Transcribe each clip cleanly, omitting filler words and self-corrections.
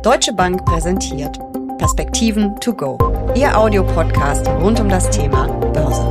Deutsche Bank präsentiert Perspektiven to go, Ihr Audiopodcast rund um das Thema Börse.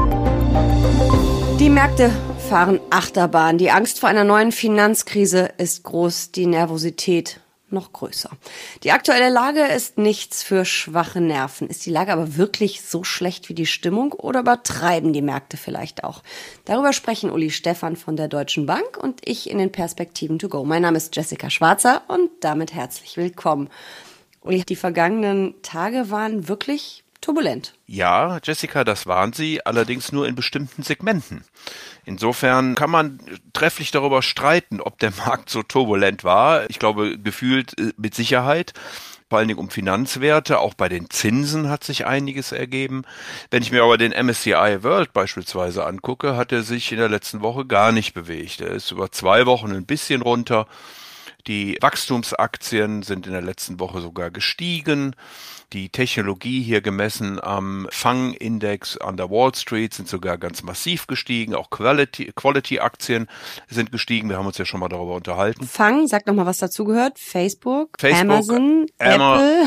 Die Märkte fahren Achterbahn. Die Angst vor einer neuen Finanzkrise ist groß, die Nervosität noch größer. Die aktuelle Lage ist nichts für schwache Nerven. Ist die Lage aber wirklich so schlecht wie die Stimmung oder übertreiben die Märkte vielleicht auch? Darüber sprechen Uli Stephan von der Deutschen Bank und ich in den Perspektiven to go. Mein Name ist Jessica Schwarzer und damit herzlich willkommen. Uli, die vergangenen Tage waren wirklich turbulent. Ja, Jessica, das waren sie, allerdings nur in bestimmten Segmenten. Insofern kann man trefflich darüber streiten, ob der Markt so turbulent war. Ich glaube, gefühlt mit Sicherheit. Vor allen Dingen um Finanzwerte, auch bei den Zinsen hat sich einiges ergeben. Wenn ich mir aber den MSCI World beispielsweise angucke, hat er sich in der letzten Woche gar nicht bewegt. Er ist über 2 Wochen ein bisschen runter. Die Wachstumsaktien sind in der letzten Woche sogar gestiegen. Die Technologie hier gemessen am FANG-Index an der Wall Street sind sogar ganz massiv gestiegen. Auch Quality-Aktien sind gestiegen. Wir haben uns ja schon mal darüber unterhalten. FANG, sag noch mal, was dazu gehört. Facebook, Amazon, Apple.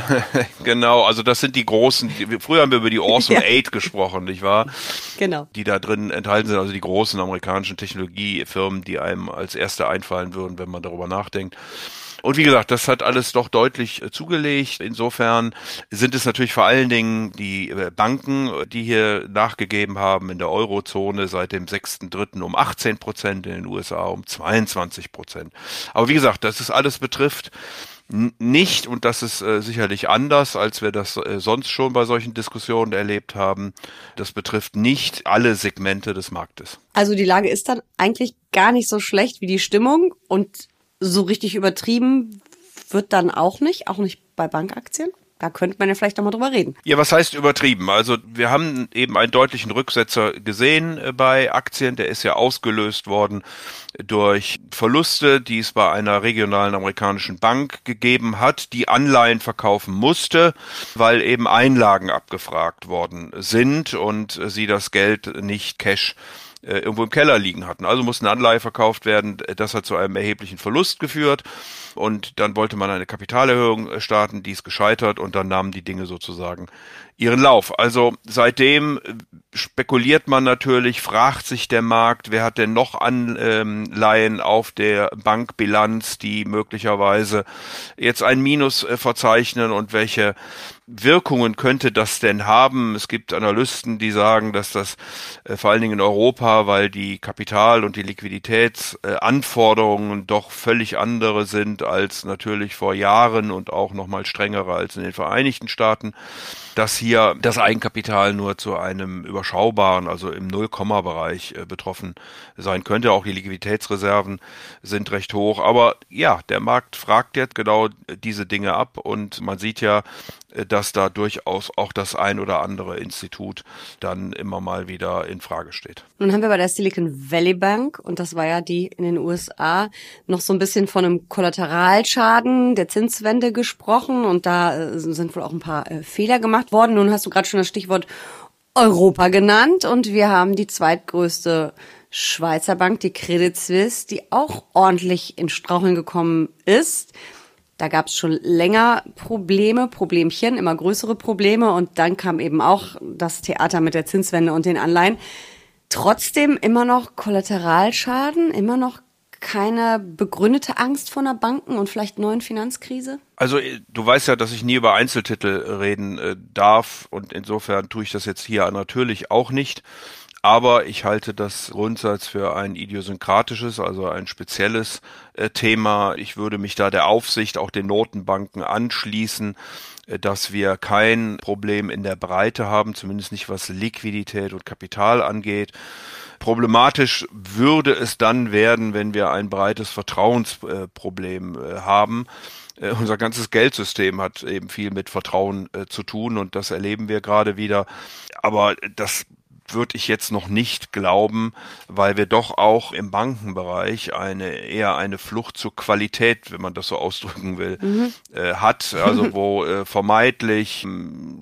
Genau, also das sind die großen. Früher haben wir über die Awesome 8 gesprochen, nicht wahr? Genau. Die da drin enthalten sind, also die großen amerikanischen Technologiefirmen, die einem als erste einfallen würden, wenn man darüber nachdenkt. Und wie gesagt, das hat alles doch deutlich zugelegt. Insofern sind es natürlich vor allen Dingen die Banken, die hier nachgegeben haben in der Eurozone seit dem 6.3. um 18%, in den USA um 22%. Aber wie gesagt, das ist alles betrifft nicht, und das ist sicherlich anders, als wir das sonst schon bei solchen Diskussionen erlebt haben, das betrifft nicht alle Segmente des Marktes. Also die Lage ist dann eigentlich gar nicht so schlecht wie die Stimmung und so richtig übertrieben wird dann auch nicht bei Bankaktien? Da könnte man ja vielleicht noch mal drüber reden. Ja, was heißt übertrieben? Also wir haben eben einen deutlichen Rücksetzer gesehen bei Aktien. Der ist ja ausgelöst worden durch Verluste, die es bei einer regionalen amerikanischen Bank gegeben hat, die Anleihen verkaufen musste, weil eben Einlagen abgefragt worden sind und sie das Geld nicht Cash irgendwo im Keller liegen hatten. Also musste eine Anleihe verkauft werden. Das hat zu einem erheblichen Verlust geführt. Und dann wollte man eine Kapitalerhöhung starten, die ist gescheitert und dann nahmen die Dinge sozusagen ihren Lauf. Also seitdem spekuliert man natürlich, fragt sich der Markt, wer hat denn noch Anleihen auf der Bankbilanz, die möglicherweise jetzt ein Minus verzeichnen und welche Wirkungen könnte das denn haben? Es gibt Analysten, die sagen, dass das vor allen Dingen in Europa, weil die Kapital- und die Liquiditätsanforderungen doch völlig andere sind als natürlich vor Jahren und auch nochmal strengere als in den Vereinigten Staaten, dass hier das Eigenkapital nur zu einem überschaubaren, also im Null-Komma-Bereich betroffen sein könnte. Auch die Liquiditätsreserven sind recht hoch. Aber ja, der Markt fragt jetzt genau diese Dinge ab und man sieht ja, dass da durchaus auch das ein oder andere Institut dann immer mal wieder in Frage steht. Nun haben wir bei der Silicon Valley Bank, und das war ja die in den USA, noch so ein bisschen von einem Kollateralschaden der Zinswende gesprochen und da sind wohl auch ein paar Fehler gemacht worden. Nun hast du gerade schon das Stichwort Europa genannt und wir haben die zweitgrößte Schweizer Bank, die Credit Suisse, die auch ordentlich in Straucheln gekommen ist. Da gab es schon länger Problemchen, immer größere Probleme und dann kam eben auch das Theater mit der Zinswende und den Anleihen. Trotzdem immer noch Kollateralschaden, immer noch keine begründete Angst vor einer Banken- und vielleicht neuen Finanzkrise? Also du weißt ja, dass ich nie über Einzeltitel reden darf und insofern tue ich das jetzt hier natürlich auch nicht. Aber ich halte das Grundsatz für ein idiosynkratisches, also ein spezielles Thema. Ich würde mich da der Aufsicht, auch den Notenbanken anschließen, dass wir kein Problem in der Breite haben, zumindest nicht was Liquidität und Kapital angeht. Problematisch würde es dann werden, wenn wir ein breites Vertrauensproblem haben. Unser ganzes Geldsystem hat eben viel mit Vertrauen zu tun und das erleben wir gerade wieder. Aber das würde ich jetzt noch nicht glauben, weil wir doch auch im Bankenbereich eher eine Flucht zur Qualität, wenn man das so ausdrücken will, hat. Also wo vermeintlich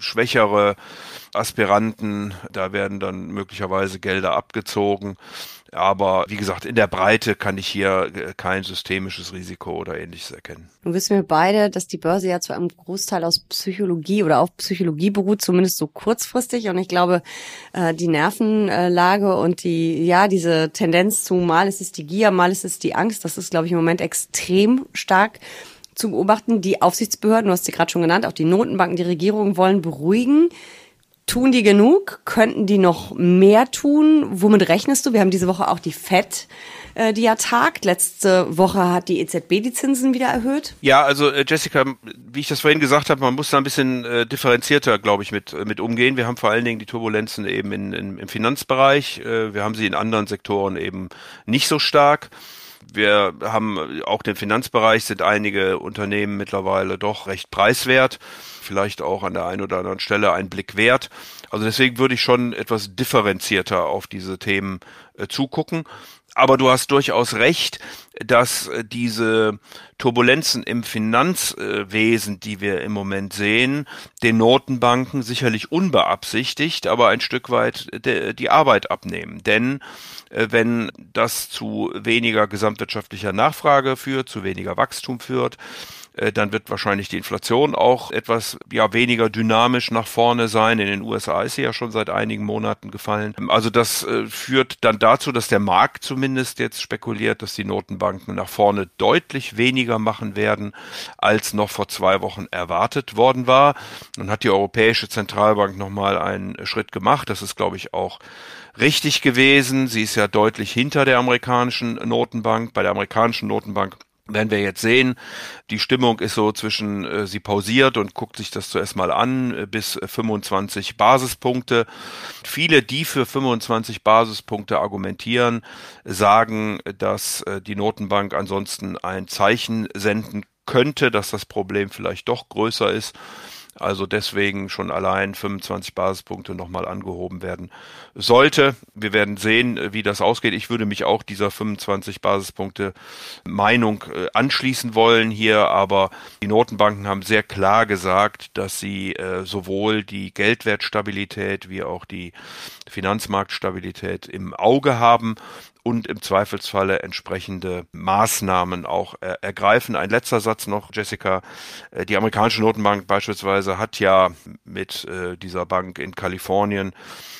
schwächere Aspiranten, da werden dann möglicherweise Gelder abgezogen. Aber wie gesagt, in der Breite kann ich hier kein systemisches Risiko oder ähnliches erkennen. Nun wissen wir beide, dass die Börse ja zu einem Großteil aus Psychologie oder auf Psychologie beruht, zumindest so kurzfristig. Und ich glaube, die Nervenlage und diese Tendenz zu mal ist es die Gier, mal ist es die Angst, das ist, glaube ich, im Moment extrem stark zu beobachten. Die Aufsichtsbehörden, du hast sie gerade schon genannt, auch die Notenbanken, die Regierungen wollen beruhigen. Tun die genug? Könnten die noch mehr tun? Womit rechnest du? Wir haben diese Woche auch die FED, die ja tagt. Letzte Woche hat die EZB die Zinsen wieder erhöht. Ja, also Jessica, wie ich das vorhin gesagt habe, man muss da ein bisschen differenzierter, glaube ich, mit umgehen. Wir haben vor allen Dingen die Turbulenzen eben im Finanzbereich. Wir haben sie in anderen Sektoren eben nicht so stark. Wir haben auch den Finanzbereich, sind einige Unternehmen mittlerweile doch recht preiswert, vielleicht auch an der einen oder anderen Stelle ein Blick wert. Also deswegen würde ich schon etwas differenzierter auf diese Themen zugucken. Aber du hast durchaus recht, dass diese Turbulenzen im Finanzwesen, die wir im Moment sehen, den Notenbanken sicherlich unbeabsichtigt, aber ein Stück weit die Arbeit abnehmen. Denn wenn das zu weniger gesamtwirtschaftlicher Nachfrage führt, zu weniger Wachstum führt, dann wird wahrscheinlich die Inflation auch etwas weniger dynamisch nach vorne sein. In den USA ist sie ja schon seit einigen Monaten gefallen. Also das führt dann dazu, dass der Markt zumindest jetzt spekuliert, dass die Notenbanken nach vorne deutlich weniger machen werden, als noch vor 2 Wochen erwartet worden war. Nun hat die Europäische Zentralbank nochmal einen Schritt gemacht. Das ist, glaube ich, auch richtig gewesen. Sie ist ja deutlich hinter der amerikanischen Notenbank. Bei der amerikanischen Notenbank werden wir jetzt sehen, die Stimmung ist so zwischen, sie pausiert und guckt sich das zuerst mal an, bis 25 Basispunkte. Viele, die für 25 Basispunkte argumentieren, sagen, dass die Notenbank ansonsten ein Zeichen senden könnte, dass das Problem vielleicht doch größer ist. Also deswegen schon allein 25 Basispunkte nochmal angehoben werden sollte. Wir werden sehen, wie das ausgeht. Ich würde mich auch dieser 25 Basispunkte Meinung anschließen wollen hier, aber die Notenbanken haben sehr klar gesagt, dass sie sowohl die Geldwertstabilität wie auch die Finanzmarktstabilität im Auge haben und im Zweifelsfalle entsprechende Maßnahmen auch ergreifen. Ein letzter Satz noch, Jessica. Die amerikanische Notenbank beispielsweise hat ja mit dieser Bank in Kalifornien,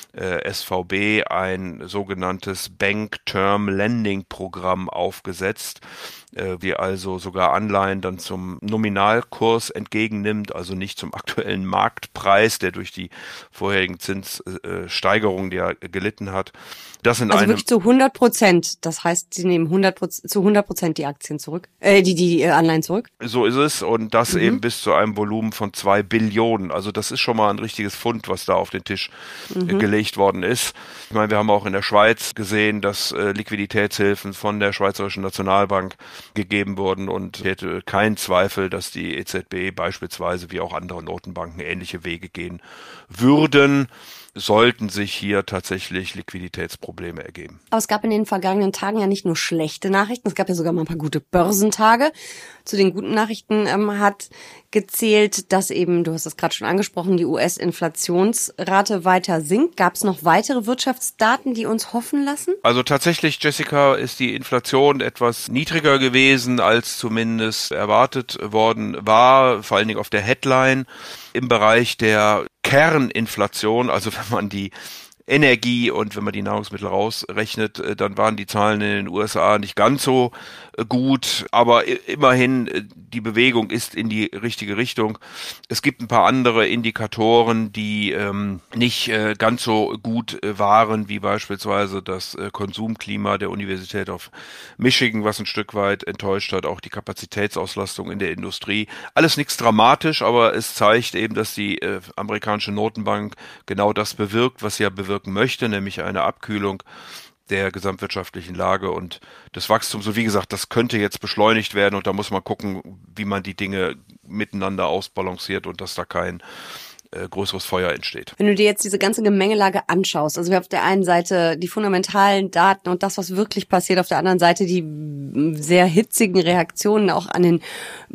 SVB, ein sogenanntes Bank Term Lending Programm aufgesetzt, die also sogar Anleihen dann zum Nominalkurs entgegennimmt, also nicht zum aktuellen Marktpreis, der durch die vorherigen Zinssteigerungen, die er gelitten hat. Das in also wirklich zu 100%. Das heißt, sie nehmen 100%, zu 100% die Aktien zurück, die Anleihen zurück. So ist es, und das eben bis zu einem Volumen von 2 Billionen. Also das ist schon mal ein richtiges Pfund, was da auf den Tisch gelegt worden ist. Ich meine, wir haben auch in der Schweiz gesehen, dass Liquiditätshilfen von der Schweizerischen Nationalbank gegeben wurden, und ich hätte keinen Zweifel, dass die EZB beispielsweise wie auch andere Notenbanken ähnliche Wege gehen würden, sollten sich hier tatsächlich Liquiditätsprobleme ergeben. Aber es gab in den vergangenen Tagen ja nicht nur schlechte Nachrichten, es gab ja sogar mal ein paar gute Börsentage. Zu den guten Nachrichten hat gezählt, dass eben, du hast es gerade schon angesprochen, die US-Inflationsrate weiter sinkt. Gab es noch weitere Wirtschaftsdaten, die uns hoffen lassen? Also tatsächlich, Jessica, ist die Inflation etwas niedriger gewesen, als zumindest erwartet worden war, vor allen Dingen auf der Headline. Im Bereich der Kerninflation, also wenn man die Energie und wenn man die Nahrungsmittel rausrechnet, dann waren die Zahlen in den USA nicht ganz so gut, aber immerhin, die Bewegung ist in die richtige Richtung. Es gibt ein paar andere Indikatoren, die nicht ganz so gut waren, wie beispielsweise das Konsumklima der Universität of Michigan, was ein Stück weit enttäuscht hat, auch die Kapazitätsauslastung in der Industrie. Alles nichts dramatisch, aber es zeigt eben, dass die amerikanische Notenbank genau das bewirkt, was sie ja bewirken möchte, nämlich eine Abkühlung der gesamtwirtschaftlichen Lage und des Wachstums. Und wie gesagt, das könnte jetzt beschleunigt werden, und da muss man gucken, wie man die Dinge miteinander ausbalanciert und dass da kein größeres Feuer entsteht. Wenn du dir jetzt diese ganze Gemengelage anschaust, also wir haben auf der einen Seite die fundamentalen Daten und das, was wirklich passiert, auf der anderen Seite die sehr hitzigen Reaktionen auch an den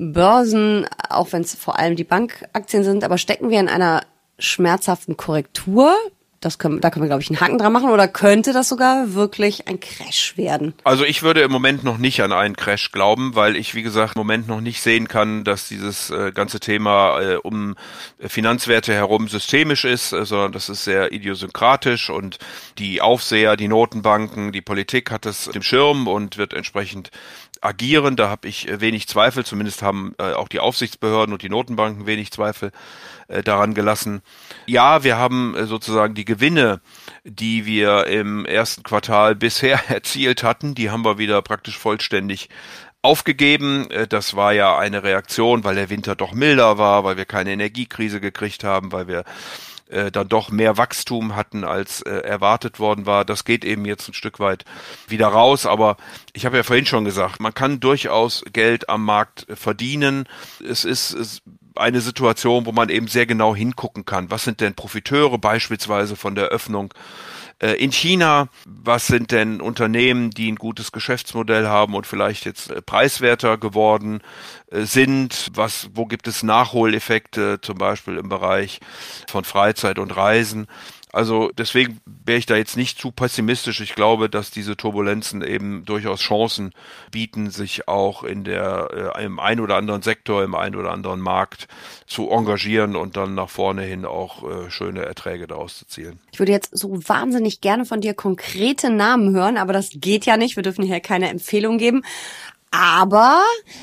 Börsen, auch wenn es vor allem die Bankaktien sind, aber stecken wir in einer schmerzhaften Korrektur? da können wir, glaube ich, einen Haken dran machen, oder könnte das sogar wirklich ein Crash werden? Also ich würde im Moment noch nicht an einen Crash glauben, weil ich, wie gesagt, im Moment noch nicht sehen kann, dass dieses ganze Thema um Finanzwerte herum systemisch ist, sondern das ist sehr idiosynkratisch und die Aufseher, die Notenbanken, die Politik hat das im Schirm und wird entsprechend agieren. Da habe ich wenig Zweifel, zumindest haben auch die Aufsichtsbehörden und die Notenbanken wenig Zweifel daran gelassen. Ja, wir haben sozusagen die Gewinne, die wir im ersten Quartal bisher erzielt hatten, die haben wir wieder praktisch vollständig aufgegeben. Das war ja eine Reaktion, weil der Winter doch milder war, weil wir keine Energiekrise gekriegt haben, weil wir dann doch mehr Wachstum hatten, als erwartet worden war. Das geht eben jetzt ein Stück weit wieder raus. Aber ich habe ja vorhin schon gesagt, man kann durchaus Geld am Markt verdienen. Es ist eine Situation, wo man eben sehr genau hingucken kann. Was sind denn Profiteure beispielsweise von der Öffnung in China? Was sind denn Unternehmen, die ein gutes Geschäftsmodell haben und vielleicht jetzt preiswerter geworden sind? Wo gibt es Nachholeffekte, zum Beispiel im Bereich von Freizeit und Reisen? Also deswegen wäre ich da jetzt nicht zu pessimistisch. Ich glaube, dass diese Turbulenzen eben durchaus Chancen bieten, sich auch im einen oder anderen Sektor, im einen oder anderen Markt zu engagieren und dann nach vorne hin auch schöne Erträge daraus zu zielen. Ich würde jetzt so wahnsinnig gerne von dir konkrete Namen hören, aber das geht ja nicht. Wir dürfen hier keine Empfehlung geben. Aber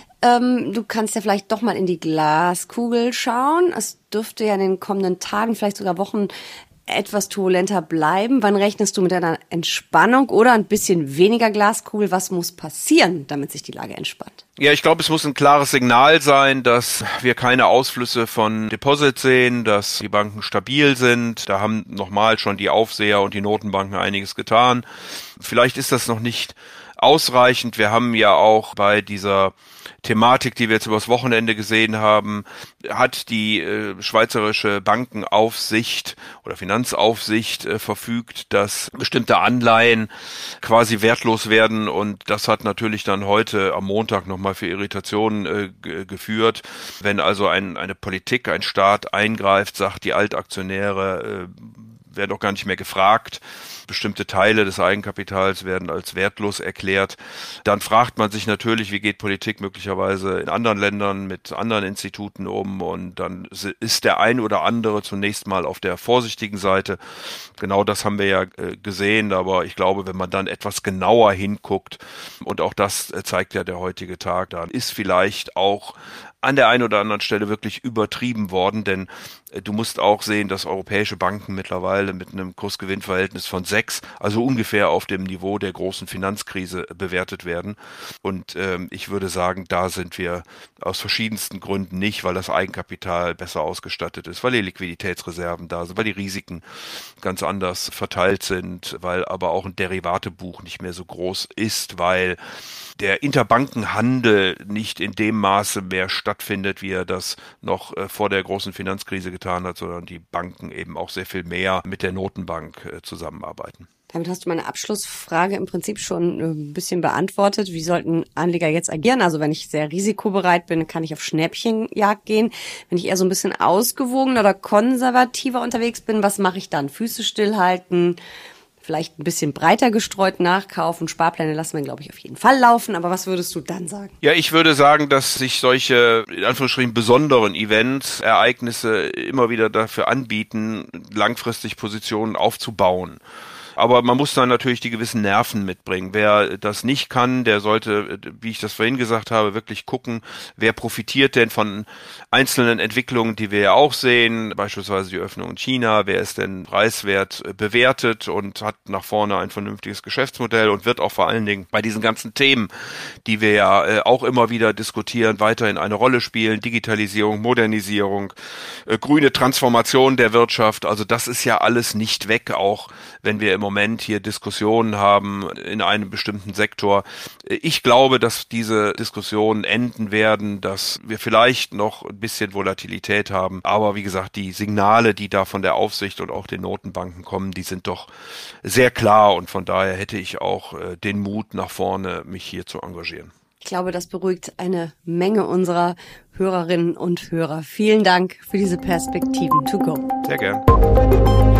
du kannst ja vielleicht doch mal in die Glaskugel schauen. Es dürfte ja in den kommenden Tagen, vielleicht sogar Wochen etwas turbulenter bleiben. Wann rechnest du mit einer Entspannung oder ein bisschen weniger Glaskugel? Was muss passieren, damit sich die Lage entspannt? Ja, ich glaube, es muss ein klares Signal sein, dass wir keine Ausflüsse von Deposits sehen, dass die Banken stabil sind. Da haben nochmal schon die Aufseher und die Notenbanken einiges getan. Vielleicht ist das noch nicht ausreichend. Wir haben ja auch bei dieser Thematik, die wir jetzt übers Wochenende gesehen haben, hat die schweizerische Bankenaufsicht oder Finanzaufsicht verfügt, dass bestimmte Anleihen quasi wertlos werden, und das hat natürlich dann heute am Montag nochmal für Irritationen geführt. Wenn also eine Politik, ein Staat eingreift, sagt, die Altaktionäre werden doch gar nicht mehr gefragt. Bestimmte Teile des Eigenkapitals werden als wertlos erklärt. Dann fragt man sich natürlich, wie geht Politik möglicherweise in anderen Ländern mit anderen Instituten um, und dann ist der ein oder andere zunächst mal auf der vorsichtigen Seite. Genau das haben wir ja gesehen, aber ich glaube, wenn man dann etwas genauer hinguckt, und auch das zeigt ja der heutige Tag, dann ist vielleicht auch an der einen oder anderen Stelle wirklich übertrieben worden, denn du musst auch sehen, dass europäische Banken mittlerweile mit einem Kursgewinnverhältnis von 6, also ungefähr auf dem Niveau der großen Finanzkrise, bewertet werden. Und ich würde sagen, da sind wir aus verschiedensten Gründen nicht, weil das Eigenkapital besser ausgestattet ist, weil die Liquiditätsreserven da sind, weil die Risiken ganz anders verteilt sind, weil aber auch ein Derivatebuch nicht mehr so groß ist, weil der Interbankenhandel nicht in dem Maße mehr stattfindet, wie er das noch vor der großen Finanzkrise getan hat, sondern die Banken eben auch sehr viel mehr mit der Notenbank zusammenarbeiten. Damit hast du meine Abschlussfrage im Prinzip schon ein bisschen beantwortet. Wie sollten Anleger jetzt agieren? Also wenn ich sehr risikobereit bin, kann ich auf Schnäppchenjagd gehen. Wenn ich eher so ein bisschen ausgewogener oder konservativer unterwegs bin, was mache ich dann? Füße stillhalten, vielleicht ein bisschen breiter gestreut nachkaufen. Sparpläne lassen wir, glaube ich, auf jeden Fall laufen. Aber was würdest du dann sagen? Ja, ich würde sagen, dass sich solche, in Anführungsstrichen, besonderen Events, Ereignisse immer wieder dafür anbieten, langfristig Positionen aufzubauen. Aber man muss dann natürlich die gewissen Nerven mitbringen. Wer das nicht kann, der sollte, wie ich das vorhin gesagt habe, wirklich gucken, wer profitiert denn von einzelnen Entwicklungen, die wir ja auch sehen, beispielsweise die Öffnung in China, wer ist denn preiswert bewertet und hat nach vorne ein vernünftiges Geschäftsmodell und wird auch vor allen Dingen bei diesen ganzen Themen, die wir ja auch immer wieder diskutieren, weiterhin eine Rolle spielen. Digitalisierung, Modernisierung, grüne Transformation der Wirtschaft, also das ist ja alles nicht weg, auch wenn wir im Moment hier Diskussionen haben in einem bestimmten Sektor. Ich glaube, dass diese Diskussionen enden werden, dass wir vielleicht noch ein bisschen Volatilität haben. Aber wie gesagt, die Signale, die da von der Aufsicht und auch den Notenbanken kommen, die sind doch sehr klar. Und von daher hätte ich auch den Mut nach vorne, mich hier zu engagieren. Ich glaube, das beruhigt eine Menge unserer Hörerinnen und Hörer. Vielen Dank für diese Perspektiven to go. Sehr gern.